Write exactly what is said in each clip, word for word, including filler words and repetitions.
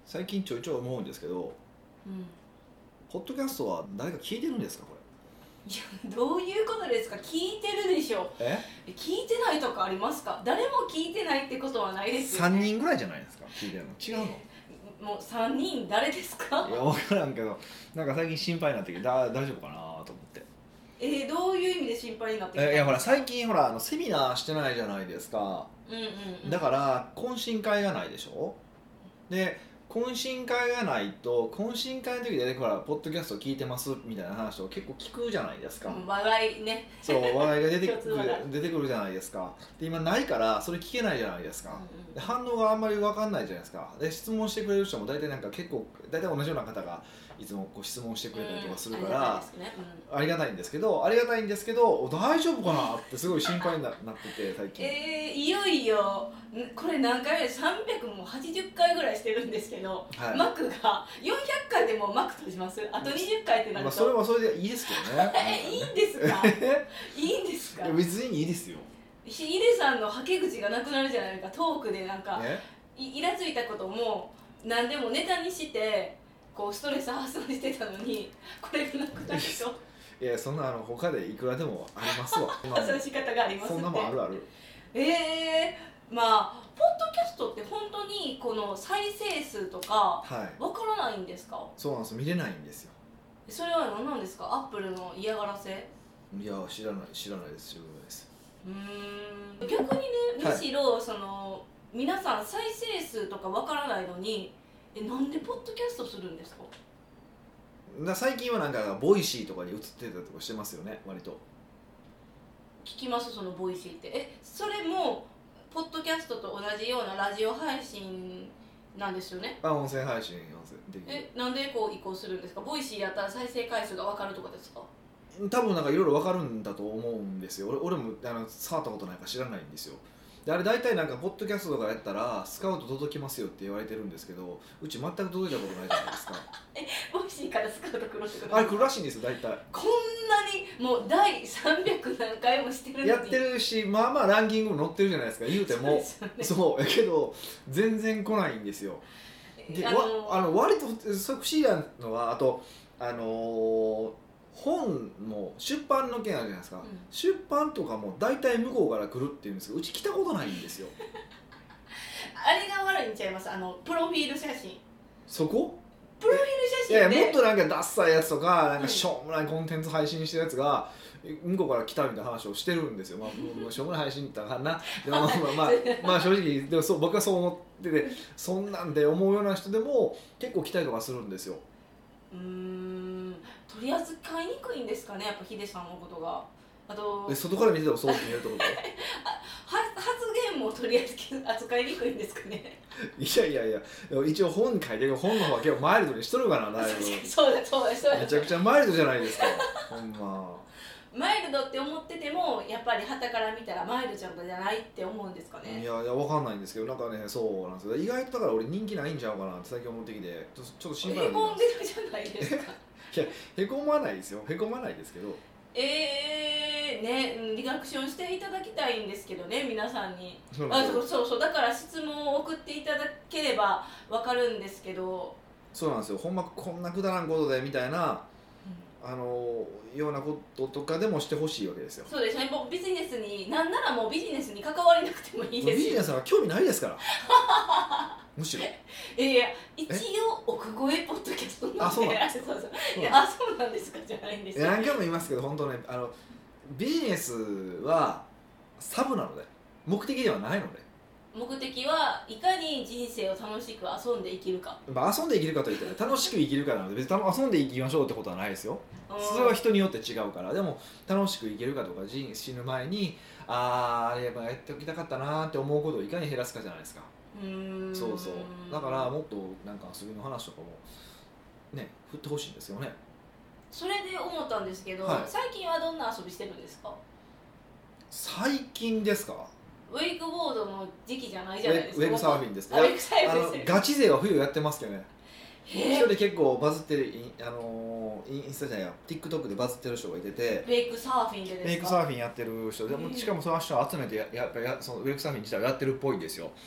最近ちょいちょい思うんですけど、 うん、 ポッドキャストは誰か聞いてるんですかこいやどういうことですか。聞いてるでしょ。 れ？え聞いてないとかありますか。誰も聞いてないってことはないですよね。 さんにんぐらいじゃないですか聞いてるの。違うの？ えー、もうさんにん誰ですか。 いや分からんけど、なんか最近心配になってきてだ大丈夫かなと思って。 えー、どういう意味で心配になってきたんですか。 えいやほら最近ほらあのセミナーしてないじゃないですか。 うんうんうん、 だから懇親会がないでしょ。で懇親会がないと懇親会の時でほらポッドキャスト聞いてますみたいな話を結構聞くじゃないですか、 うん、話題ね。 そう話題が出てくる共通話題出てくるじゃないですか。で今ないからそれ聞けないじゃないですか、 うんうん、 で反応があんまり分かんないじゃないですか。で質問してくれる人も大体なんか結構大体同じような方がいつもこう質問してくれたりとかするから、うん、ありがたいですね、うん、ありがたいんですけどありがたいんですけど大丈夫かなってすごい心配になってて最近。 えー、いよいよこれ何回目さんびゃくはちじゅっかいぐらいしてるんですけど、はい、マックがよんひゃっかいでもマック閉じます。あとにじゅっかいってなると、まあ、 それはそれでいいですけどねえいいんですかいいんですか。 別にいいですよ。 ヒデさんのはけ口がなくなるじゃないですか。トークでなんかイラついたことも何でもネタにしてこうストレス発散してたのにこれがなくなるといやそんなあの他でいくらでもありますわそういう仕方がありますって。 そんなもんあるある。 ええー、まあポッドキャストって本当にこの再生数とかわからないんですか。はい、 そうなんです。見れないんですよ。 それは何なんですか。アップルの嫌がらせ。 いや知らない知らないです知らないです。 うーん逆にね、むしろ、はい、その皆さん再生数とかわからないのにえなんでポッドキャストするんですか。 だ最近はなんかボイシーとかに映ってたりとかしてますよね割と。 聞きます。そのボイシーってえそれもポッドキャストと同じようなラジオ配信なんですよね。 あ音声配信できる。 えなんでこう移行するんですか。ボイシーやったら再生回数が分かるとかですか。 多分なんかいろいろ分かるんだと思うんですよ。俺, 俺もあの触ったことないから知らないんですよ。であれ大体なんかポッドキャストとかやったらスカウト届きますよって言われてるんですけどうち全く届いたことないじゃないですかえボイシーからスカウト来るってこと。 あれ来るらしいんですよ大体。 こんなにもう第さんびゃく何回もしてるのにやってるしまあまあランキングも載ってるじゃないですか言うても。そうやけど全然来ないんですよ。であのー、あの割と不思議なのはあとあのー本も出版の件あるじゃないですか、うん、出版とかも大体向こうから来るっていうんですけどうち来たことないんですよあれが悪いんちゃいます。あのプロフィール写真。そこプロフィール写真っていやもっとなんかダッサいやつとかなんかしょうもないコンテンツ配信してるやつが向こうから来たみたいな話をしてるんですよ、まあ、もうしょうもない配信って言ったらなでもまあ、まあ、まあ正直でもそう僕はそう思っててそんなんで思うような人でも結構来たりとかするんですよ。 うーん取り扱いにくいんですかねやっぱヒデさんのことが。あと外から見ててもそう見えるってこと発言も取り扱いにくいんですかねいやいやいや一応本書いてる本の方は結構マイルドにしとるかなだいぶそうだそうだそうだめちゃくちゃマイルドじゃないですかほんまマイルドって思っててもやっぱり傍から見たらマイルドじゃないって思うんですかね。 いやいや分かんないんですけどなんかねそうなんですよ。意外とだから俺人気ないんちゃうかなって最近思ってきてちょっと心配へこんでるじゃないですかいやへこまないですよへこまないですけどえーねリアクションしていただきたいんですけどね皆さんに。 そうあそうそうそうだから質問を送っていただければ分かるんですけど。 そうなんですよほんまこんなくだらんことでみたいなあのようなこととかでもしてほしいわけですよ。 そうですね。もうビジネスになんならもうビジネスに関わりなくてもいいですよ。 ビジネスは興味ないですからむしろいや一応奥越えポッドキャストなんであそうなんですそうそういやあそうなんですかじゃないんですよ。 何回も言いますけど本当ねあのビジネスはサブなので目的ではないので目的はいかに人生を楽しく遊んで生きるか。 まあ、遊んで生きるかといったら楽しく生きるかなので別に遊んで生きましょうってことはないですよ。それは人によって違うから。でも楽しく生きるかとか死ぬ前にああやっぱやっておきたかったなって思うことをいかに減らすかじゃないですか。 うーんそうそうだからもっとなんか遊びの話とかもね振ってほしいんですよね。 それで思ったんですけど、 はい、 最近はどんな遊びしてるんですか。 最近ですか。 ウェイクボードの時期じゃないじゃないですか。 ウェイクサーフィンですね。 ウェイクサーフィンです。 ガチ勢は冬やってますけどね。 一人で結構バズってるあのインスタじゃないや TikTok でバズってる人がいててウェイクサーフィンでですか。 ウェイクサーフィンやってる人でもしかもその人を集めてややっぱやそのウェイクサーフィン自体をやってるっぽいんですよ。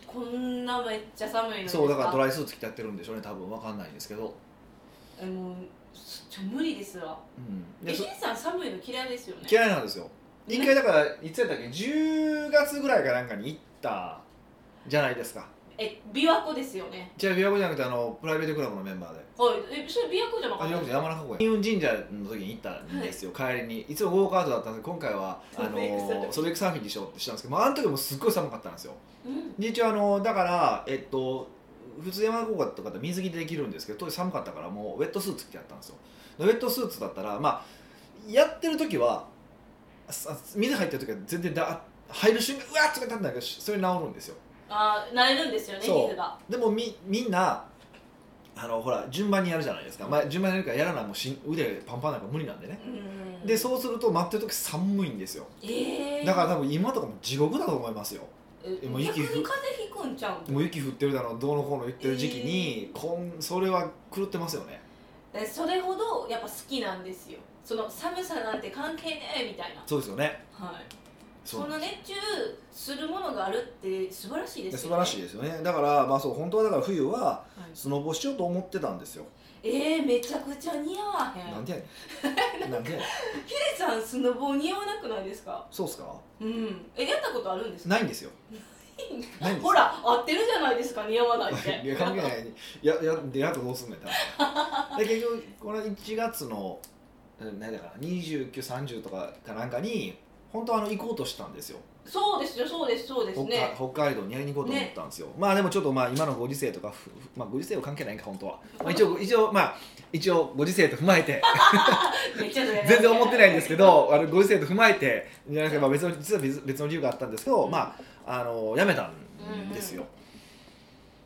こんなめっちゃ寒いのですか。 そうだからドライスーツ着てやってるんでしょうね多分わかんないんですけど。 えもうちょ無理ですわ。 うん、 でヒデさん寒いの嫌いですよね。 嫌いなんですよ。一回だからいつやったっけじゅうがつぐらいかなんかに行ったじゃないですか。 え琵琶湖ですよね。 じゃあ琵琶湖じゃなくてあのプライベートクラブのメンバーで。 はいえそれ琵琶湖じゃなかったあ、山中湖や金運神社の時に行ったんですよ、はい、帰りにいつもゴーカートだったんですけど今回はあのソレックサーフィンにしようってしたんですけど、まあ、あの時もすっごい寒かったんですよ、うん、で一応あのだからえっと普通山中湖とかって水着でできるんですけど当時寒かったからもうウェットスーツ着てやったんですよ。ウェットスーツだったらまあやってる時は水入ってる時は全然だ入る瞬間うわっ冷たいんだけどそれ治るんですよ。 ああ慣れるんですよね水が。 でも み, みんなあのほら順番にやるじゃないですか、まあ、順番にやるからやらないもうし腕パンパンなんか無理なんでね、うん、でそうすると待ってる時寒いんですよ、えー、だから多分今とかも地獄だと思いますよ。 えもう雪逆に風邪ひくんちゃう。 もう雪降ってるだろうどうのこうの言ってる時期に、えー、こんそれは狂ってますよね。 それほどやっぱ好きなんですよ。その寒さなんて関係ねえみたいな。 そうですよね。 はい。そんな熱中するものがあるって素晴らしいですよね。 素晴らしいですよね。だからまあそう本当はだから冬はスノボしようと思ってたんですよ。 えー、めちゃくちゃ似合わへん。 なんでやねん。なんでやねん。 ヒデさんスノボ似合わなくないですか。 そうっすか。 うん。えやったことあるんですか。 ないんですよ。 ほら合ってるじゃないですか似合わないって。 いや関係ない。ややでやっとどうすんねん。で結局このいちがつの何だからにじゅうきゅう、さんじゅうとかかなんかに本当はあの行こうとしたんですよ。 そうですよそうですそうですね。 北海道にやりに行こうと思ったんですよ、ね、まあでもちょっとまあ今のご時世とかまあご時世は関係ないんか本当は、まあ、一応一応まあ一応ご時世と踏まえて全然思ってないんですけどあのご時世と踏まえてじゃなくてまあ別の実は別の理由があったんですけど、うん、まああのやめたんですよ、うんうん、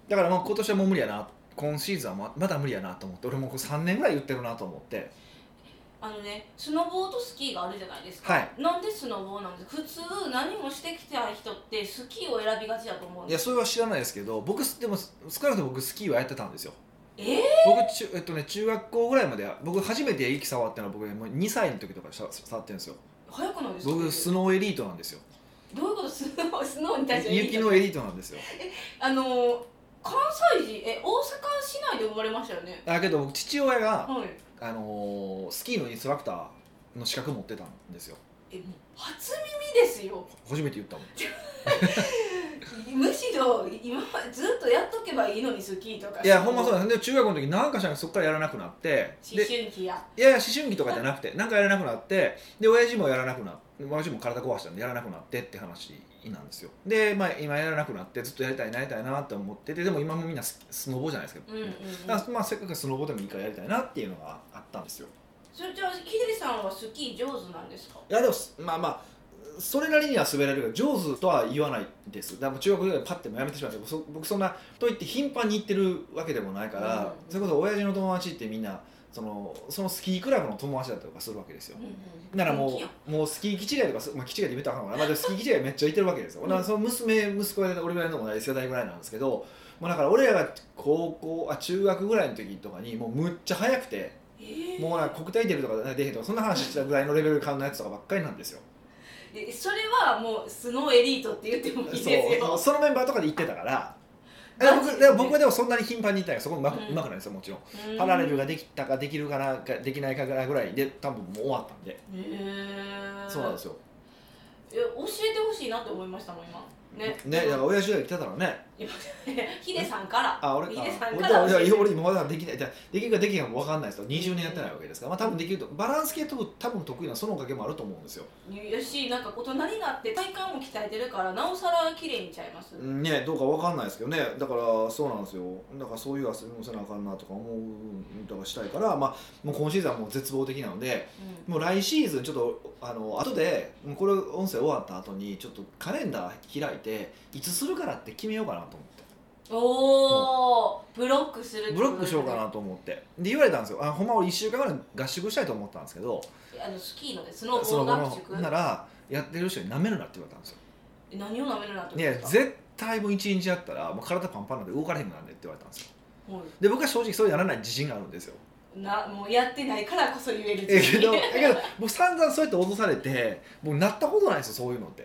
だからもう今年はもう無理やな今シーズンはままだ無理やなと思って俺もうさんねんぐらい言ってるなと思って。 あのね、スノボーとスキーがあるじゃないですか、はい、なんでスノボーなんですか。普通何もしてきた人ってスキーを選びがちだと思うんです。 いやそれは知らないですけど僕でも少なくとも僕スキーはやってたんですよ。 えー、 僕ち、えっとね、中学校ぐらいまで僕初めて雪触ったのは僕もうにさいの時とか触ってるんですよ。 早くないですか。 僕スノーエリートなんですよ。 どういうこと。スノースノーに対して雪のエリートなんですよ。 えあのー、関西人え大阪市内で生まれましたよね。 だけど僕父親が、 はいあのー、スキーのインストラクターの資格持ってたんですよ。 えもう初耳ですよ。 初めて言ったもんむしろ今ずっとやっとけばいいのにスキーとか。 いやほんまそうなんです。で中学校の時なんかしらそこからやらなくなって思春期やいやいや思春期とかじゃなくてなんかやらなくなってで親父もやらなくなって親父も体壊したんでやらなくなってって話なんですよ。で、まあ、今やらなくなってずっとやりたいなりたいなって思っててでも今もみんなスノボじゃないですか、うんうんうん、だからまあせっかくスノボでもいいからやりたいなっていうのがあったんですよ。 それじゃあヒデさんはスキー上手なんですか。 いやでもまあまあそれなりには滑れるけど上手とは言わないです。だから中学ぐらいでパッてもやめてしまってそ僕そんなといって頻繁に行ってるわけでもないから、うんうん、それこそ親父の友達ってみんなそのそのスキークラブの友達だったりとかするわけですよ、うんうん、だからもう、もうスキー基地外とか、まあ、基地外で見たらあかんから、まあ、スキー基地外めっちゃいてるわけですよ、うん、だからその娘息子が俺ぐらいの同じ世代ぐらいなんですけど、まあ、だから俺らが高校あ中学ぐらいの時とかにもうむっちゃ早くて、えー、もうなんか国体出るとか出へんとかそんな話したぐらいのレベル感のやつとかばっかりなんですよ。 それはもうスノーエリートって言ってもいいですよ。 そうそのメンバーとかで行ってたから僕, でも僕はでもそんなに頻繁に行ったらそこうまく、うん、うまくないですよもちろん、うん、パラレルができたかできるかなかできないかぐらいで多分もう終わったんで、へえそうなんですよ。 いや教えてほしいなって思いましたもん今ね。 ねだから親父が来てたらねヒデさんからあ俺ヒデさんから俺俺今まだできないできるかできないかも分かんないですよ。にじゅうねんやってないわけですから、まあ、多分できるとバランス系と多分得意なそのおかげもあると思うんですよ。 よしなんか大人になって体幹も鍛えてるからなおさら綺麗にちゃいますね。どうか分かんないですけどね。だからそうなんですよ。だからそういう遊びもせなあかんなとか思うとかしたいから、まあ、もう今シーズンはもう絶望的なので、うん、もう来シーズンちょっとあの後でもうこれ音声終わった後にちょっとカレンダー開いていつするからって決めようかなと思って。 おおブロックするってブロックしようかなと思ってで言われたんですよ。あほんま俺いっしゅうかんぐらい合宿したいと思ったんですけどあのスキーのでスノーボー合宿ならやってる人に舐めるなって言われたんですよ。 何を舐めるなって言われたんですか。いや絶対もういちにちやったらもう体パンパンなんで動かれへんくなんでって言われたんですよ、はい、で僕は正直そうやらない自信があるんですよ。 なもうやってないからこそ言えるえけどだけど僕散々そうやって脅されてもうなったことないですよそういうのって。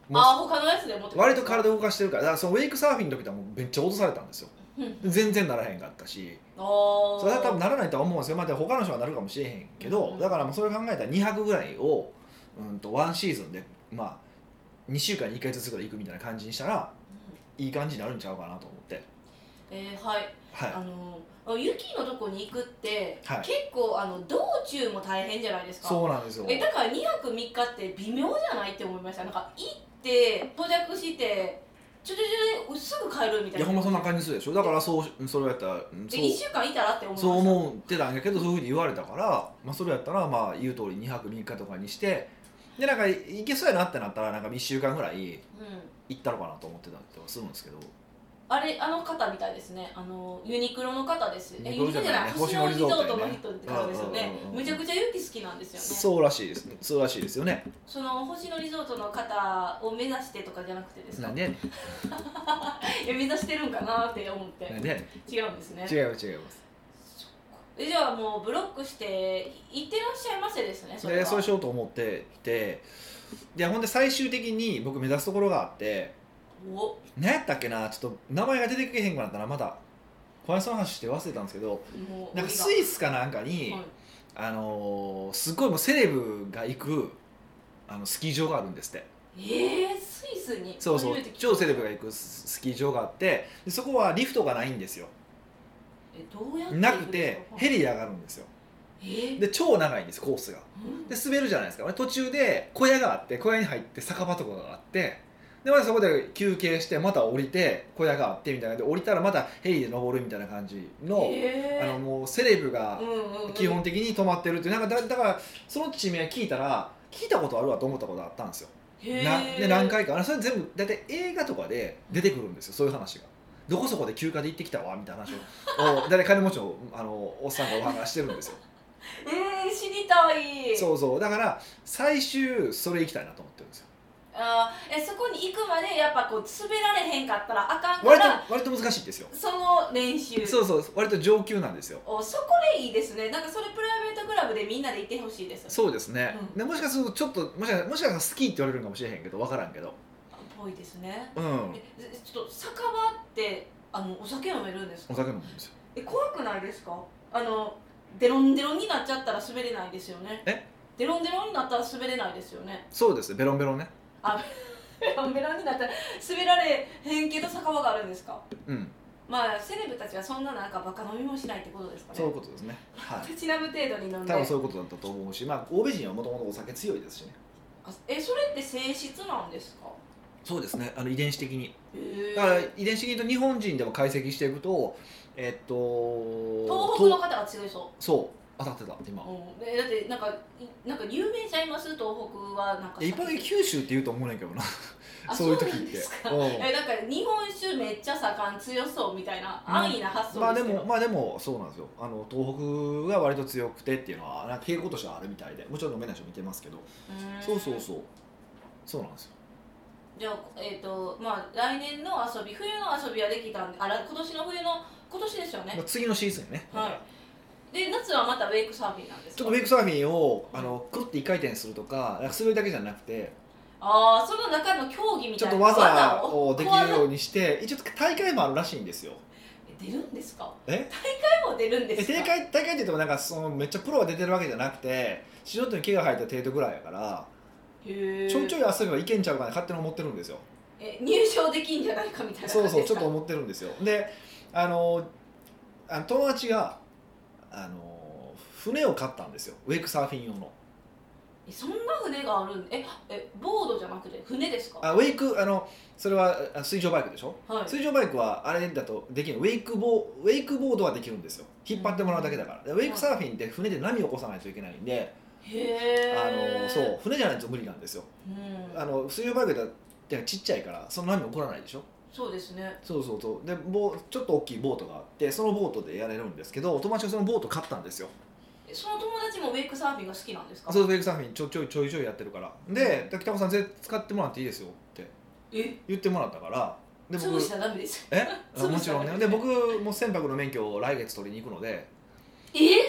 ああ他のやつで持って割と体動かしてるから、だからそのウェイクサーフィンの時はもうめっちゃ落とされたんですよ、 うん、 全然ならへんかったし、 あそれは多分ならないとは思うんですよ。まあ、他の人はなるかもしれへんけど、うん、だからもうそれ考えたらにはくぐらいを、うん、とワンシーズンで、まあ、にしゅうかんにいっかいずつぐらい行くみたいな感じにしたら、うん、いい感じになるんちゃうかなと思って。 えー、はい、はい、あの雪のとこに行くって、はい、結構あの道中も大変じゃないですか。 そうなんですよ。 えだからにはくみっかって微妙じゃないって思いました。なんか行って到着してちょちょちょすぐ帰るみたいな。いやほんまそんな感じするでしょ。だからそうそれをやったらでいっしゅうかんいたらって思いました。 そう思ってたんやけど、そういうふうに言われたから、まあ、それやったらまあ言う通りにはくみっかとかにしてでなんか行けそうやなってなったらなんかいっしゅうかんぐらい行ったのかなと思ってたりとかするんですけど、 あれあの方みたいですね。あのユニクロの方です。 ユニクロじゃない、ね、星野リゾートの人って方ですよね。むちゃくちゃ雪好きなんですよね。 そうらしいですね。そうらしいですよね。 その星野リゾートの方を目指してとかじゃなくてですか。 なんで？ いや目指してるんかなって思って。 なんで？ 違うんですね。 違う違います。 えじゃあもうブロックして行ってらっしゃいませですね。 それでそうしようと思っていて、でほんで最終的に僕目指すところがあって。お何やったっけな、ちょっと名前が出てけへんくなったらまた小林さんの話して忘れたんですけど、なんかスイスかなんかに、はい、あのー、すごいもうセレブが行くあのスキー場があるんですって。 えー、スイスにそうそう超セレブが行くスキー場があってでそこはリフトがないんですよ。 えどうやってなくてヘリで上がるんですよ。 えー、 で超長いんですコースが、うん、で滑るじゃないですか。途中で小屋があって小屋に入って酒場とかがあってでまたそこで休憩してまた降りて小屋があってみたいなで降りたらまたヘリで登るみたいな感じの、あのもうセレブが基本的に泊まってるっていうなんか だ, だからその地名聞いたら聞いたことあるわと思ったことあったんですよ。なで何回かそれ全部大体映画とかで出てくるんですよそういう話が。どこそこで休暇で行ってきたわみたいな話を大体金持ちのあのおっさんがお話してるんですよ。 えー、知りたい。 そうそうだから最終それ行きたいなと思ってるんですよ。 あえそこに行くまでやっぱこう滑られへんかったらあかんから割と割と難しいんですよその練習。 そうそう割と上級なんですよ。 おそこでいいですね。なんかそれプライベートクラブでみんなで行ってほしいです。 そうですね、うん、でもしかするとちょっともしかもしかしたら好きって言われるかもしれへんけど分からんけどっぽいですね。 うんえちょっと酒場ってあのお酒飲めるんですか。 お酒飲むんですよ。 え怖くないですか。あのデロンデロンになっちゃったら滑れないですよね。 えデロンデロンになったら滑れないですよね。 そうですベロンベロンね。 あベロンベロンになったら滑られへんけど酒場があるんですか。 うんまあセレブたちはそんななんかバカ飲みもしないってことですかね。 そういうことですね。はい。 たしなむ程度に飲んで。 多分そういうことだったと思うし、まあ欧米人はもともとお酒強いですしね。 あえそれって性質なんですか。 そうですね。あの遺伝子的に。だから遺伝子的に言うと日本人でも解析していくと、えっと東北の方が強いそう。 そう。当たってた今、 うん、だってなんかなんか有名ちゃいます東北はなんか一般的に九州って言うと思うねんけどなそういう時ってそうなんえなんか日本酒めっちゃ盛ん強そうみたいな安易な発想まあでもまあでもそうなんですよ。あの東北が割と強くてっていうのはなんか傾向としてはあるみたいでもちろん飲めない人見てますけどそうそうそうそうなんですよ。 じゃあえっ、ー、とまあ来年の遊び冬の遊びはできたんであら今年の冬の今年ですよね、 まあ、次のシーズンね。 はいで夏はまたウェイクサーフィンなんですか。 ちょっとウェイクサーフィンをあのくるって一回転するとかするだけじゃなくてああその中の競技みたいなちょっと技をできるようにして一応大会もあるらしいんですよ。 出るんですか。 え大会も出るんですか。 大会大会って言ってもなんかそのめっちゃプロが出てるわけじゃなくて素人に毛が生えた程度ぐらいやからへちょいちょい遊べばいけんちゃうかな勝手に思ってるんですよ。 え入賞できんじゃないかみたいな。 そうそうちょっと思ってるんですよ。であのあの友達があの船を買ったんですよウェイクサーフィン用の。 えそんな船があるんええボードじゃなくて船ですか。 あウェイクあのそれは水上バイクでしょ、はい、水上バイクはあれだとできるウェイクボウェイクボードはできるんですよ引っ張ってもらうだけだから、うん、ウェイクサーフィンって船で波を起こさないといけないんで、はい、 へあのそう船じゃないと無理なんですよ、うん、あの水上バイクだってちっちゃいからその波起こらないでしょ。 そうですね。 そうそうそうでボちょっと大きいボートがあってそのボートでやれるんですけど友達がそのボート買ったんですよ。 その友達もウェイクサーフィンが好きなんですか。 そうウェイクサーフィンちょちょいちょいちょいやってるからで北川さんぜ使ってもらっていいですよって言ってもらったからで僕潰したらダメですよ。えもちろんねで僕も船舶の免許を来月取りに行くのでえそのた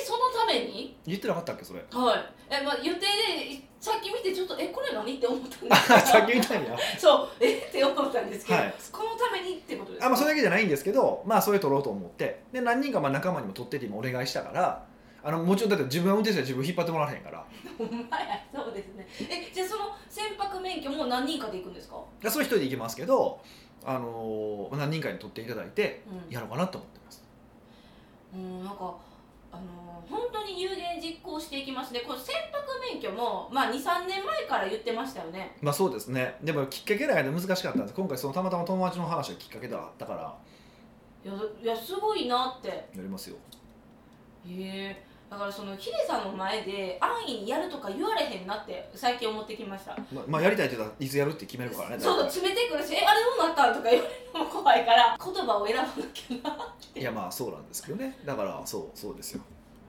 ために言ってなかったっけそれ。 はいえ、まあ、予定でさっき見てちょっとえこれ何って思ったんですけどさっき見たんやそうえって思ったんですけど、はい、このためにってことですか。 あ、まあ、それだけじゃないんですけど、まあそれ撮ろうと思ってで何人かまあ仲間にも撮ってって今お願いしたからあのもちろんだって自分は運転手は自分引っ張ってもらえへんからほんまやそうですね。えじゃあその船舶免許も何人かで行くんですか。 それ一人で行きますけど、あのー、何人かに取っていただいてやろうかなと思ってます。 うん、うんなんかあのー、本当に有言実行していきますね。この船舶免許も、まあ、にさんねんまえから言ってましたよね。 まあそうですね。でもきっかけないで難しかったんです。今回そのたまたま友達の話がきっかけではあったからいや、いやすごいなってやりますよ。 へえだからそのヒデさんの前で安易にやるとか言われへんなって最近思ってきました。 ま, まあやりたいって言ったらいつやるって決めるからね。 そう詰めてくるしえあれどうなったとか言われるのも怖いから言葉を選ばなきゃなって。 いやまあそうなんですけどね。だからそうそうですよ。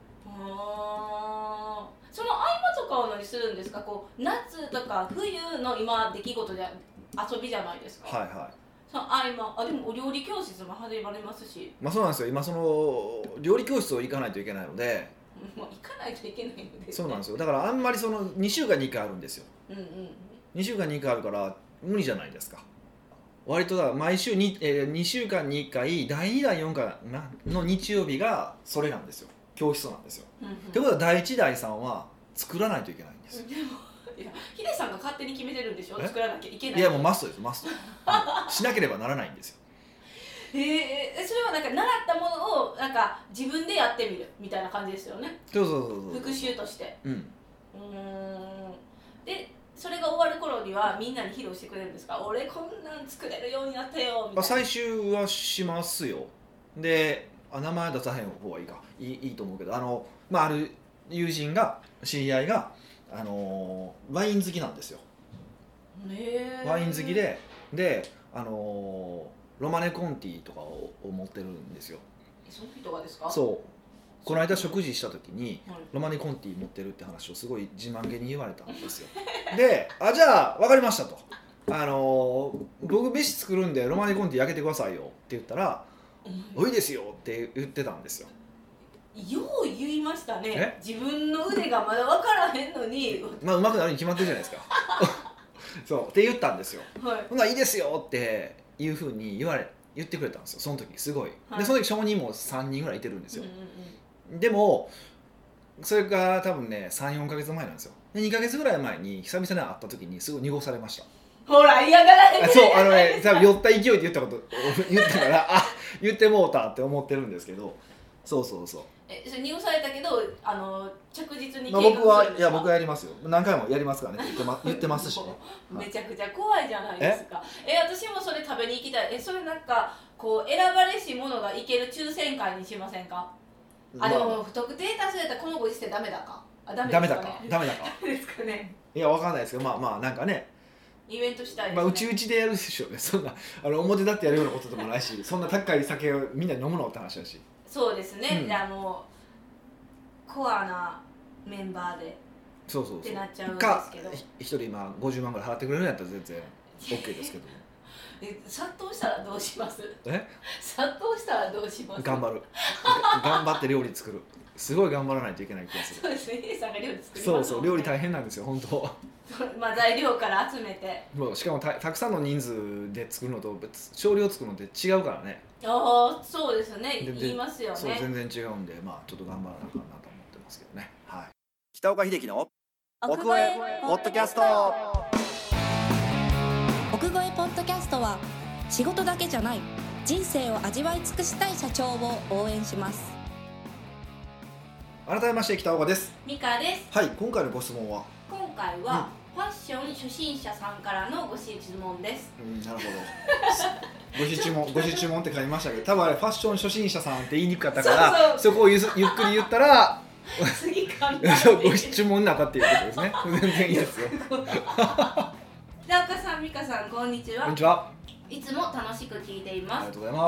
あその合間とかは何するんですか。こう夏とか冬の今出来事で遊びじゃないですか。 はいはい。 その合間あでもお料理教室も始まりますし。 まあそうなんですよ。今その料理教室を行かないといけないので。 もう行かないといけないので、ね、 そうなんですよ。だからあんまりそのにしゅうかんにいっかいあるんですよ。 うんうん、 にしゅうかんにいっかいあるから無理じゃないですか。割とだ毎週 2,、えー、にしゅうかんにいっかいだいにだいよんかいの日曜日がそれなんですよ。教室なんですよ。と、うんうん、いうことはだいいちだいさんは作らないといけないんですよ。 でもいやヒデさんが勝手に決めてるんでしょ。作らなきゃいけない。 いやもうマストですマストしなければならないんですよ。 えー、それはなんか習ったものをなんか自分でやってみるみたいな感じですよね。 そうそうそうそう復習として。 うん。 うーんでそれが終わる頃にはみんなに披露してくれるんですか。俺こんなん作れるようになったよみたいな。 最終はしますよ。であ名前出さへん方がいいかいいいいと思うけどあの、まあ、ある友人が知り合いが、あのー、ワイン好きなんですよ。 へワイン好きでで、あのーロマネコンティとかを持ってるんですよ。 その人がですか。 そうこの間食事した時に、 はい、 ロマネコンティ持ってるって話をすごい自慢げに言われたんですよ。であじゃあ分かりましたと、あのー、僕飯作るんでロマネコンティ焼けてくださいよって言ったら、うん、おいですよって言ってたんですよ。 よう言いましたね。自分の腕がまだ分からへんのにまあうまくなるに決まってるじゃないですか。そうって言ったんですよ。はい、ほないいですよっていうふうに言われ言ってくれたんですよ。その時すごい、はい、でその時証人もさんにんぐらいいてるんですよ、うんうんうん、でもそれが多分ね さん,よん ヶ月前なんですよ。でにかげつぐらい前に久々に会った時にすごい濁されました。 ほら嫌がらへん。 そうあのね多分酔った勢いで言ったこと言ったからあ言ってもうたって思ってるんですけどそうそうそうえそれ濁されたけどあの着実に計画するんですか。 まあ、僕はいや僕はやりますよ。何回もやりますからねって言って、ま、言ってますしね。 めちゃくちゃ怖いじゃないですか。ええ私もそれ食べに行きたい。えそれなんかこう選ばれし者がいける抽選会にしませんか。あでも不特定多数やったらこのご時世ダメだか。あダメですかね。ダメだかダメだかですかね。 いやわかんないですけどまあまあなんかねイベントしたいですね。 まあうちうちでやるでしょうね。そんなあの表立ってやるようなことでもないしそんな高い酒をみんなに飲むのって話だし。 そうですね、うん、あのコアなメンバーでそうそうそうってなっちゃうんですけど一人今ごじゅうまんぐらい払ってくれるんやったら全然 OK ですけどえ殺到したらどうします。 え殺到したらどうします。 頑張る頑張って料理作る。すごい頑張らないといけない気がする。 そうですねヒデさんが料理作りますもんね。 そうそう料理大変なんですよ本当まあ材料から集めてもうしかも た, たくさんの人数で作るのと少量作るのって違うからね。 ああそうですね言いますよね。 そう全然違うんでまあちょっと頑張らなあかんなと思ってますけどね。はい。北岡秀樹の奥越えポッドキャスト。 奥越えポッドキャストは仕事だけじゃない人生を味わい尽くしたい社長を応援します。 改めまして北岡です。 美香です。 はい。今回のご質問は今回は、うん、ファッション初心者さんからのご質問です。 うん、なるほど。ご質問、ご質問って書きましたけど、多分あれファッション初心者さんって言いにくかったから、そうそう、そこを ゆ, ゆっくり言ったら、 次考えご質問になったっていうことですね。全然いいですよ。 北岡さん、美香さん、こんにちは。 こんにちは。 いつも楽しく聞いています。 ありがとうございます。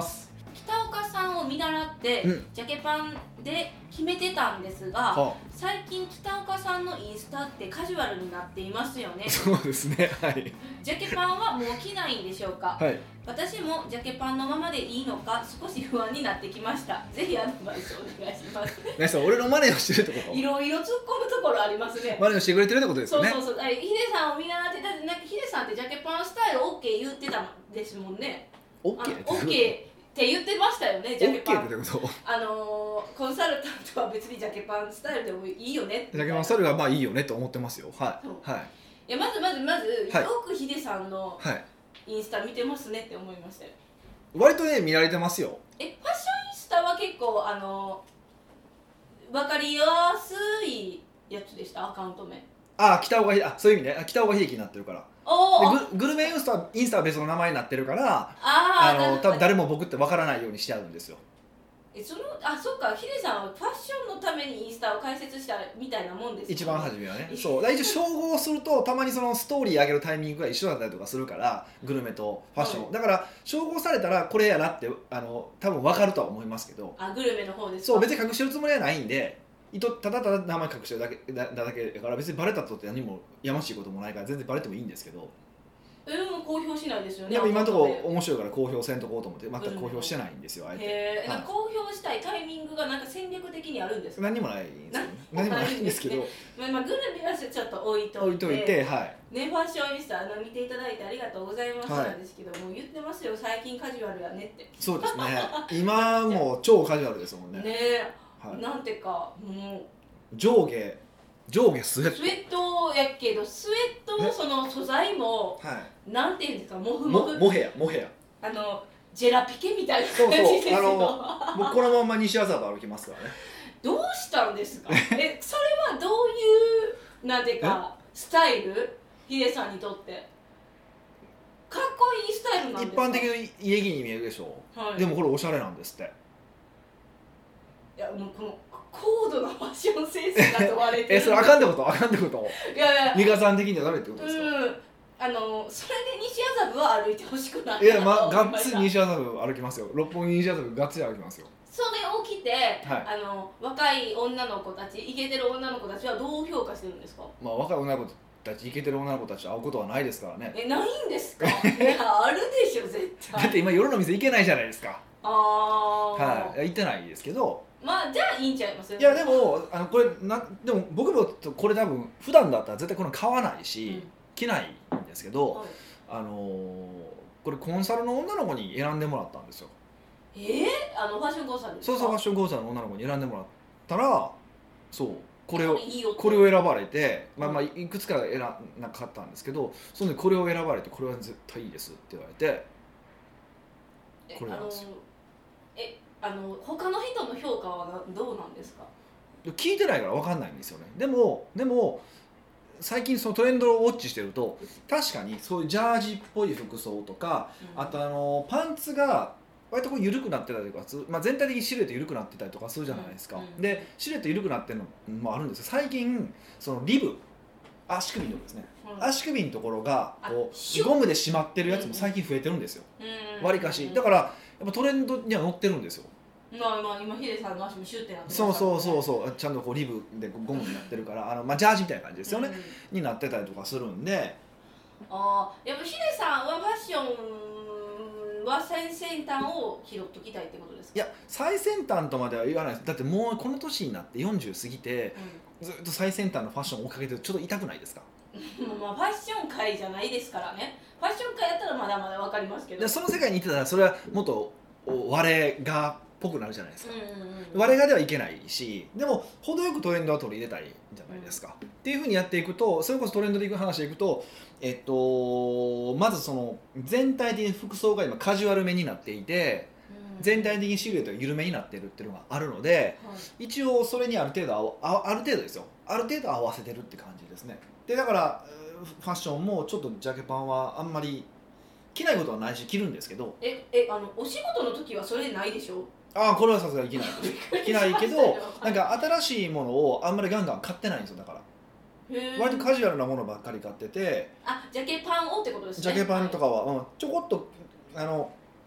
北岡さんを見習って、うん、ジャケパンで決めてたんですが、はあ、最近北岡さんのインスタってカジュアルになっていますよね。 そうですね、はい。 ジャケパンはもう着ないんでしょうか。 はい、 私もジャケパンのままでいいのか少し不安になってきました。ぜひアドバイスお願いします。 何さん、俺の真似をしてるってこと？ いろいろ突っ込むところありますね。 真似をしてくれてるってことですよね。 そうそうそう。ヒデさんを見習って、だってなんかヒデさんってジャケパンスタイル OK 言ってたんですもんね。 OK って言ってましたよね、ジャケパン。 OK ってこと？ あのー、コンサルタントは別にジャケパンスタイルでもいいよねって。 ジャケパンスタイルがまあいいよねと思ってますよ。はい、はい、 いやまずまずまず、 はい、 よくヒデさんのインスタ見てますねって思いましたよ。 割とね見られてますよ。 え、ファッションインスタは結構あのー、分かりやすいやつでした、アカウント名。 ああ、北岡秀、あ、そういう意味ね。北岡秀樹になってるから。で グ, グルメインスタインスタは別の名前になってるから、あの多分誰も僕って分からないようにしてあるんですよ。 え、その、あ、そっか、ヒデさんはファッションのためにインスタを開設したみたいなもんですね。 一番初めはね。そう。一応照合するとたまにそのストーリー上げるタイミングが一緒だったりとかするから、グルメとファッション、はい、だから照合されたらこれやなってあの多分分かるとは思いますけど。 あ、グルメの方ですか。 そう、別に隠してるつもりはないんで。ただただ名前隠してるだけだだけだから別にバレたとって何もやましいこともないから全然バレてもいいんですけど。 え、でも公表しないですよね。 でも今のところ面白いから公表せんとこうと思って全く公表してないんですよ、あえて。 へえ、はい、公表したいタイミングがなんか戦略的にあるんですか？ 何もないんですよ、ね、何もないんですけど、 まあ、まあグルメはちょっと置いといて、 置いといて、はい、 ね、ファッションインスタ見ていただいてありがとうございますなんですけど、はい、もう言ってますよ、最近カジュアルやねって。 そうですね、今もう超カジュアルですもんね。 ねえ、はい、なんてかもう上下上下スウェットスウェットやけど、スウェットのその素材も、はい、なんていうんですか、モフモフ、 モヘアモヘア、 あのジェラピケみたいな感じですよ。 そうそう、あの僕このまま西麻布歩きますからね。 どうしたんですか？え、それはどういうなんていうかスタイル、ヒデさんにとってかっこいいスタイルなんですか？ 一般的に家着に見えるでしょ、はい、でもこれおしゃれなんですって。 いや、もうこの高度なファッションセンスが問われてる。 え、それあかんってこと？あかんってこと？ いやいや、 美香さん的にはダメってことですか？ うん、あのそれで西麻布は歩いてほしくない。 いや、まあ、がっつり西麻布歩きますよ。六本木西麻布がっつり歩きますよ。 それを着て、はい、あの若い女の子たち、イケてる女の子たちはどう評価してるんですか？ まあ、若い女の子たち、イケてる女の子たちと会うことはないですからね。 え、ないんですか？いや、あるでしょ絶対。 だって今夜の店行けないじゃないですか。 ああ、 はい、行ってないですけど。 まあじゃあいいんちゃいます？ いやでもあのこれなでも僕もこれ多分普段だったら絶対これ買わないし、うん、着ないんですけど、はい、あのー、これコンサルの女の子に選んでもらったんですよ。 えー、あのファッションコンサルですか？ そうそう、ファッションコンサルの女の子に選んでもらったら、そうこれをいいこれを選ばれて、まあまあいくつか選なかったんですけど、そのこれを選ばれてこれは絶対いいですって言われて、これなんですよ。 え、あの他の人の評価はどうなんですか？ 聞いてないから分かんないんですよね。でもでも最近そのトレンドをウォッチしてると確かにそういうジャージっぽい服装とか、うん、あとあのパンツが割とこう緩くなってたりとか、まあ、全体的にシルエット緩くなってたりとかするじゃないですか、うんうん、でシルエット緩くなってるのもあるんですよ。最近そのリブ足首のですね、うん、足首のところがこうゴムで締まってるやつも最近増えてるんですよ、わりかし。だからやっぱトレンドには乗ってるんですよ。 まあまあ今ヒデさんの足もシュッてなってますからね。そうそうそうそう、ちゃんとこうリブでゴムになってるからあの、まあ、ジャージみたいな感じですよね、うん、になってたりとかするんで。 ああ、やっぱヒデさんはファッションは最先端を拾っときたいってことですか？ いや、最先端とまでは言わないです。だってもうこの年になってよんじゅう過ぎて、うん、ずっと最先端のファッションを追っかけてるとちょっと痛くないですか？ まあファッション界じゃないですからね。ファッション界やったらまだまだ分かりますけど、 でその世界にいてたらそれはもっと我がっぽくなるじゃないですか、うんうんうん、我がではいけないし、でも程よくトレンドは取り入れたいんじゃないですか、うん、っていうふうにやっていくと、それこそトレンドでいく話でいくと、えっと、まずその全体的に服装が今カジュアルめになっていて、うん、全体的にシルエットが緩めになってるっていうのがあるので、はい、一応それにある程度あある程度ですよある程度合わせてるって感じですね。でだからファッションもちょっとジャケパンはあんまり着ないことはないし着るんですけど、 ええあのお仕事の時はそれないでしょ？ ああ、これはさすがに着ない着ないけどなんか新しいものをあんまりガンガン買ってないんですよ。だから割とカジュアルなものばっかり買ってて、 あ、ジャケパンをってことですね。 ジャケパンとかは、はい、うん、ちょこっとあの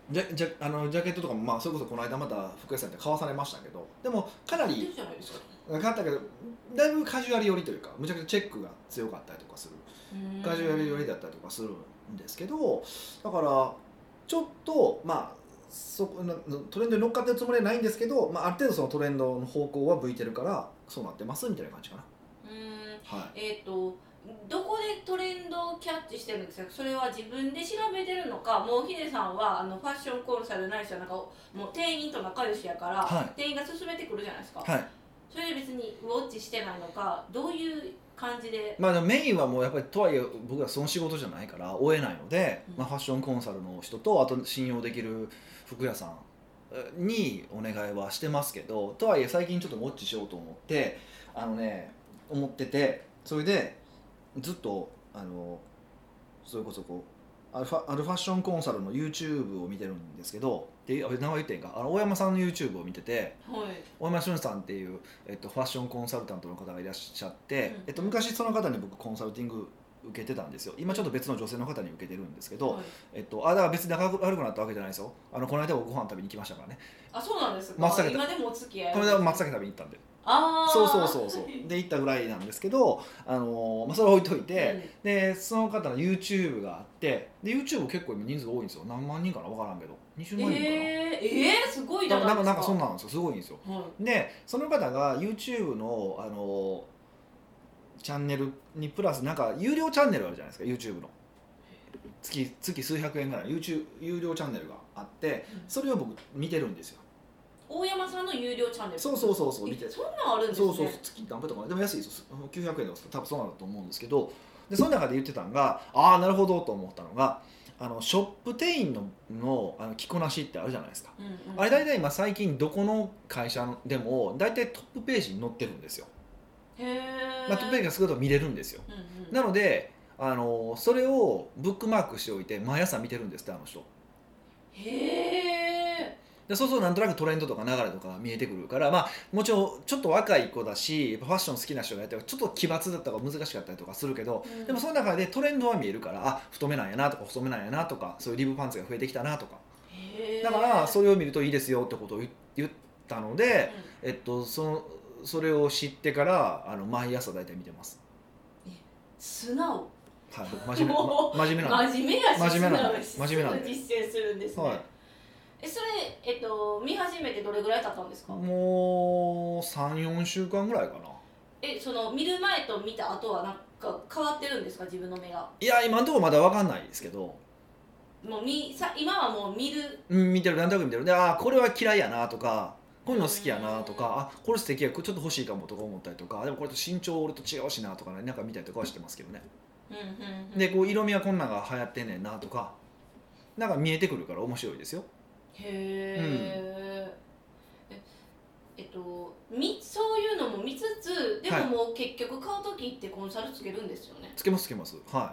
ジャジャあのジャケットとかも、まあ、それこそこの間また服屋さんで買わされましたけど、でもかなり買ったけどだいぶカジュアル寄りというかむちゃくちゃチェックが強かったりとかするカジュアル寄りだったりとかするんですけど、だからちょっとまあそこトレンドに乗っかってるつもりはないんですけど、まあ、ある程度そのトレンドの方向は向いてるからそうなってますみたいな感じかな。 うーん、 はい、 えっ、ー、とどこでトレンドをキャッチしてるんですか？それは自分で調べてるのか、もうヒデさんはあのファッションコンサルないしはなんかもう店員と仲良しやから、はい、店員が勧めてくるじゃないですか、はい、それで別にウォッチしてないのか、どういう感じで。 まあ、メインはもうやっぱりとはいえ僕はその仕事じゃないから追えないので、うん、まあ、ファッションコンサルの人とあと信用できる服屋さんにお願いはしてますけど、とはいえ最近ちょっとウォッチしようと思ってあのね思ってて、それでずっとあのそれこそこうアルファ、アルファッションコンサルの YouTube を見てるんですけど、で名前言っていいか、あの大山さんの YouTube を見てて、はい、大山俊さんっていう、えっと、ファッションコンサルタントの方がいらっしゃって、うん、えっと、昔その方に僕コンサルティング受けてたんですよ。今ちょっと別の女性の方に受けてるんですけど、はい、えっと、あだから別に仲悪くなったわけじゃないですよ。あのこの間ご飯食べに行きましたからね。 あ、そうなんですか。 松茸今でもお付き合い。 この間松茸食べに行ったんで。 あそうそうそうそうで行ったぐらいなんですけど、あのーまあ、それは置いといて、うん、でその方の YouTube があってで YouTube 結構今人数多いんですよ。何万人かな分からんけどにじゅうまん人かな。えー、えー、すごいじゃないですか。 なんかそんなんですよ。すごいんですよ、はい、でその方が YouTube の、あのー、チャンネルにプラスなんか有料チャンネルあるじゃないですか YouTube の月, 月数百円ぐらいの YouTube 有料チャンネルがあってそれを僕見てるんですよ。 大山さんの有料チャンネル。 そうそうそうそう見て。 そんなんあるんですね。 そうそう月何分とかでも安いですよ。きゅうひゃくえんとか多分そうなんだと思うんですけど、でその中で言ってたのがああなるほどと思ったのが、あのショップ店員 の, の, あの着こなしってあるじゃないですか、うんうん、あれ大体今最近どこの会社でも大体トップページに載ってるんですよ。 へえ、 まあ、トップページがすぐと見れるんですよ、うんうん、なのであのそれをブックマークしておいて毎朝見てるんですってあの人。 へえ。 でそうするとなんとなくトレンドとか流れとかが見えてくるから、まあ、もちろんちょっと若い子だしやっぱファッション好きな人がやってるちょっと奇抜だったり難しかったりとかするけど、うん、でもその中でトレンドは見えるからあ太めなんやなとか細めなんやなとかそういうリブパンツが増えてきたなとかだからそれを見るといいですよってことを言ったので、うん、えっと、そのそれを知ってからあの毎朝大体見てます。 え素直。 はい、僕真面目、ま、真面目なんで真面目やし真面目なんで真面目なんで実践するんですね、はい。えそれ、えっと、見始めてどれぐらい経ったんですか？ もう さん,よん 週間ぐらいかな。 えその見る前と見た後はなんか変わってるんですか？自分の目が。 いや今のところまだ分かんないですけど、 もうみさ今はもう見る、 うん、見てるなんとなく見てるで、あこれは嫌いやなとかこういうの好きやなとか、あこれ素敵やちょっと欲しいかもとか思ったりとか、でもこれと身長俺と違うしなとかね、なんか見たりとかはしてますけどね、 うんうんうん、 でこう色味はこんなんが流行ってんねんなとかなんか見えてくるから面白いですよ。 へえ、うん、ええっとみそういうのも見つつでももう結局買う時ってコンサルつけるんですよね。 つけますつけます。はい。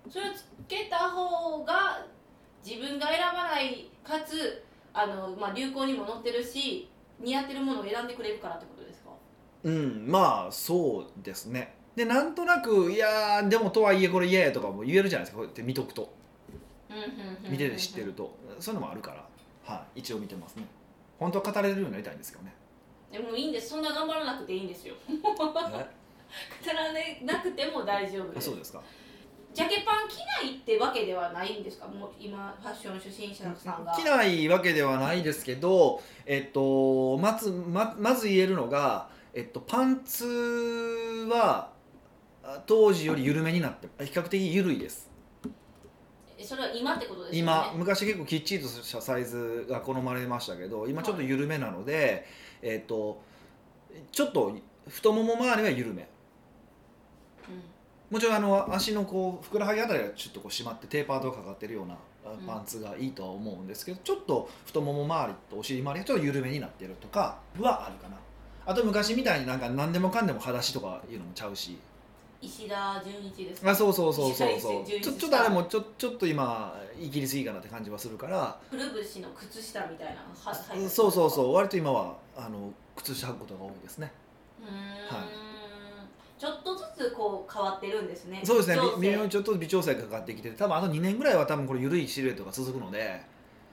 それをつけた方が自分が選ばないかつあの、まあ、流行にも載ってるし似合ってるものを選んでくれるからってことですか？ うんまあそうですね。でなんとなくいやでもとはいえこれ嫌やとかも言えるじゃないですか、こうやって見とくと、見てて知ってるとそういうのもあるから。はい、一応見てますね。本当は語れるようになりたいんですけどね。 でもいいんです、そんな頑張らなくていいんですよ。語らなくても大丈夫です。 あ、そうですか。 ジャケパン着ないってわけではないんですか？もう今ファッション初心者さんが着ないわけではないですけど、えっとまず ま, まず言えるのが、えっと、パンツは当時より緩めになって比較的緩いです。 それは今ってことですよね。 今昔結構きっちりとしたサイズが好まれましたけど今ちょっと緩めなので、はい、えっとちょっと太もも周りは緩め、うん、もちろんあの足のこうふくらはぎあたりがちょっとこう締まってテーパードがかかってるようなパンツがいいとは思うんですけど、うん、ちょっと太もも周りとお尻周りがちょっと緩めになってるとかはあるかな。あと昔みたいになんか何でもかんでも裸足とかいうのもちゃうし。 石田純一ですか？ あ、そうそうそうそうそうちょ, ちょっとあれもちょちょっと今イギリスいいかなって感じはするからくるぶしの靴下みたいなのはそうそうそう割と今はあの靴下履くことが多いですね。 うーん、はい、ちょっとずつこう変わってるんですね。 そうですね微妙にちょっと微調整がかかってきて多分あとにねんぐらいは多分これ緩いシルエットが続くので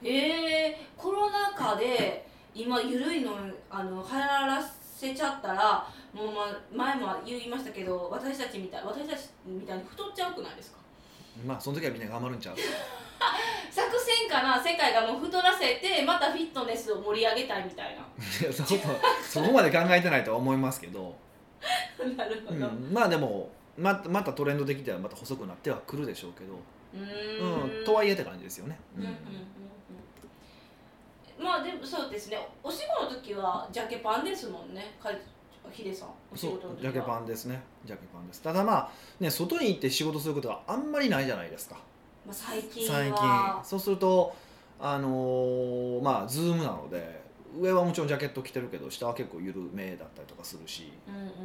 へえ、コロナ禍で今ゆるいのあの流行らせちゃったらもう、ま、前も言いましたけど私たちみたい私たちみたいに太っちゃうくないですか？ まあその時はみんな頑張るんちゃう作戦かな、世界がもう太らせてまたフィットネスを盛り上げたいみたいな。 いやそこそこまで考えてないとは思いますけどなるほど、 うん、まあでも ま, またトレンド的ではまた細くなってはくるでしょうけど、 うーん、 うん、とはいえって感じですよね、 うんうんうんうん、まあでもそうですね、お仕事の時はジャケパンですもんね、ヒデさん。お仕そう事の時はジャケパンですね、ジャケパンです。ただまあね、外に行って仕事することがあんまりないじゃないですか、 まあ、最近は最近。そうするとあのー、まあズームなので上はもちろんジャケット着てるけど下は結構緩めだったりとかするし、 うんうんうんうん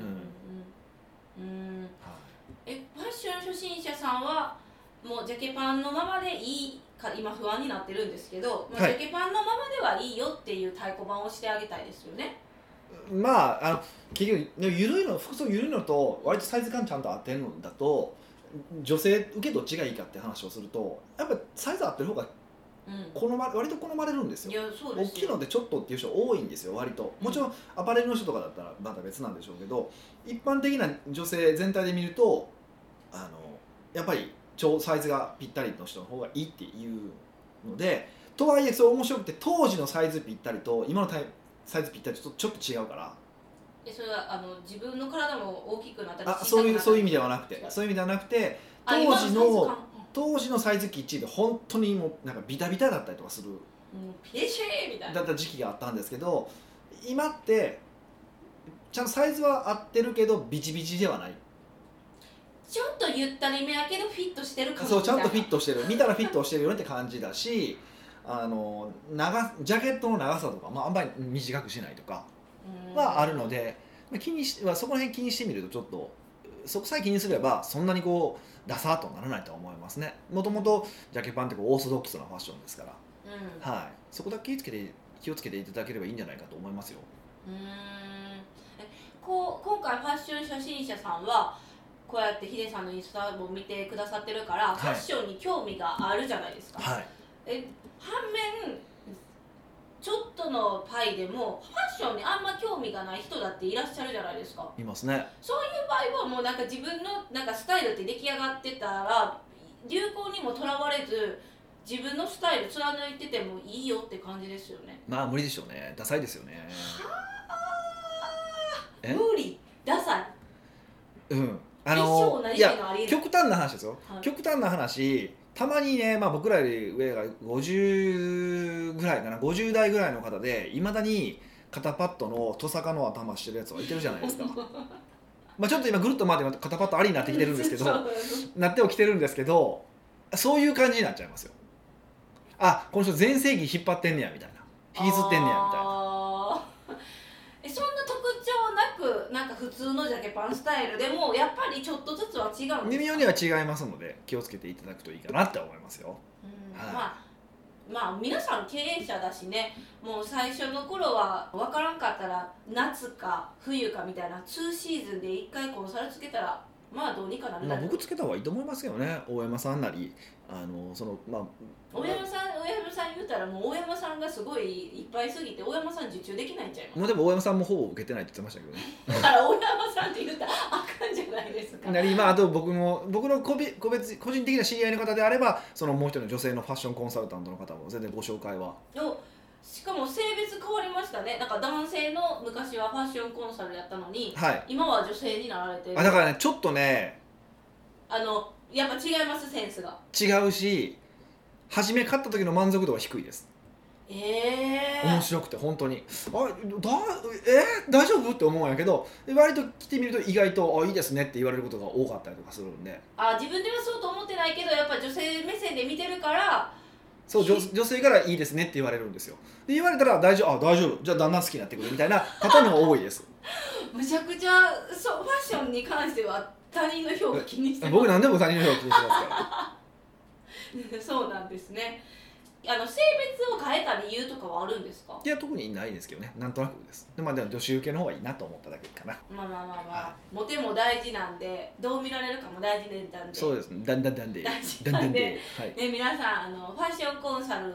うんうん、 はい、 えファッション初心者さんはもうジャケパンのままでいいか今不安になってるんですけど、まあ、 はいジャケパンのままではいいよっていう太鼓判をしてあげたいですよね。 まああの結局でも緩いの服装緩いのと割とサイズ感ちゃんと合ってるのだと女性受けどっちがいいかって話をするとやっぱサイズ合ってる方が好ま、割と好まれるんですよ。 いやそうですよ。 大きいのでちょっとっていう人多いんですよ割と。もちろんアパレルの人とかだったらまた別なんでしょうけど、一般的な女性全体で見るとあのやっぱり超サイズがぴったりの人の方がいいっていうので、とはいえそう面白くて当時のサイズぴったりと今のタイサイズぴったりとちょっと違うから。 えそれはあの自分の体も大きくなったりあそういうそういう意味ではなくてそういう意味ではなくて当時の当時のサイズきっちりで本当にもうなんかビタビタだったりとかする、 うん、ピエシェーみたいなだった時期があったんですけど、今ってちゃんとサイズは合ってるけどビチビチではない、 ちょっとゆったりめやけどフィットしてる感じそうちゃんとフィットしてる見たらフィットしてるよねって感じだし、あの長ジャケットの長さとか、まあ、あんまり短くしないとかはあるので、気にしそこら辺気にしてみるとちょっとそこさえ気にすればそんなにこうダサーとならないと思いますね。もともとジャケパンってこうオーソドックスなファッションですから、 うんはい、そこだけ気をつけて気をつけていただければいいんじゃないかと思いますよ。 うーんえこう今回ファッション初心者さんはこうやってヒデさんのインスタを見てくださってるから、はい、ファッションに興味があるじゃないですか、はい、え反面ちょっとのパイでもファッションにあんま興味がない人だっていらっしゃるじゃないですか。 いますね。 そういう場合はもうなんか自分のなんかスタイルって出来上がってたら流行にもとらわれず自分のスタイル貫いててもいいよって感じですよね。 まあ無理でしょうね、ダサいですよね。 はあ無理ダサい、 うんあのいや極端な話ですよ、 はい、 極端な話たまにね、まあ、僕らより上がごじゅうぐらいかなごじゅう代ぐらいの方でいまだに肩パッドのトサカの頭してるやつはいてるじゃないですかまあちょっと今ぐるっと回って肩パッドありになってきてるんですけどなってはきてるんですけど、そういう感じになっちゃいますよ。あこの人全盛期引っ張ってんねやみたいな引きずってんねやみたいな。 えそんな特徴なくなんか普通のジャケパンスタイルでもやっぱりちょっとずつは違うんですか？ 微妙には違いますので気をつけていただくといいかなって思いますよ。 うん、はい、まあまあ皆さん経営者だしね、もう最初の頃は分からんかったら夏か冬かみたいなにシーズンでいっかいコンサルつけたらまあどうにかなるだろう。 まあ僕つけた方がいいと思いますけどね。大山さんなりあのそのまあ大山さん大山さん言うたらもう大山さんがすごいいっぱいすぎて大山さん受注できないんちゃいます？ もうでも大山さんもほぼ受けてないって言ってましたけどねだから大山さんって言ったらあかんじゃないですか。 なり、まあ、あと僕の僕の個別個別個人的な知り合いの方であればそのもう一人の女性のファッションコンサルタントの方も全然ご紹介は。 しかも性別変わりましたね。なんか男性の昔はファッションコンサルやったのに、はい、今は女性になられてる。 あだからねちょっとねあのやっぱ違いますセンスが。 違うし初め買った時の満足度は低いです。 えー、 面白くて本当にあだえー、大丈夫って思うんやけど割と着てみると意外とあいいですねって言われることが多かったりとかするんで、 あ自分ではそうと思ってないけどやっぱ女性目線で見てるからそう 女, 女性からいいですねって言われるんですよ。で言われたら大丈夫あ大丈夫じゃあだんだん好きになってくるみたいな方も多いですむちゃくちゃそうファッションに関しては他人の評価気にしてます。 僕何でも他人の評価気にしてますからそうなんですね。あの性別を変えた理由とかはあるんですか？ いや特にないですけどね、なんとなくです。で、まあ、でも女子受けの方がいいなと思っただけかな。 まあまあまあまあ、モテも大事なんでどう見られるかも大事なんで。 そうですね、だんだんだんで大事なんで、はい、ね、皆さんあのファッションコンサルを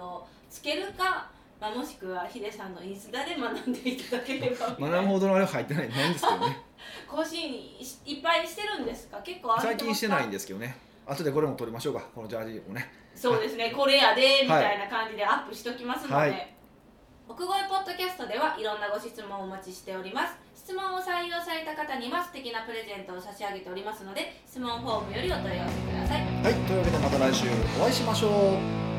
つけるか、まあ、もしくはヒデさんのインスタで学んでいただければ学ぶほどのあれは入ってないないんですけどね更新いっぱいしてるんですか？結構最近してないんですけどね。後でこれも撮りましょうか、このジャージもね。 そうですね、これやでみたいな感じでアップしときますので、はい、奥越ポッドキャストではいろんなご質問をお待ちしております。質問を採用された方には素敵なプレゼントを差し上げておりますので、質問フォームよりお問い合わせください。 はい、というわけでまた来週お会いしましょう。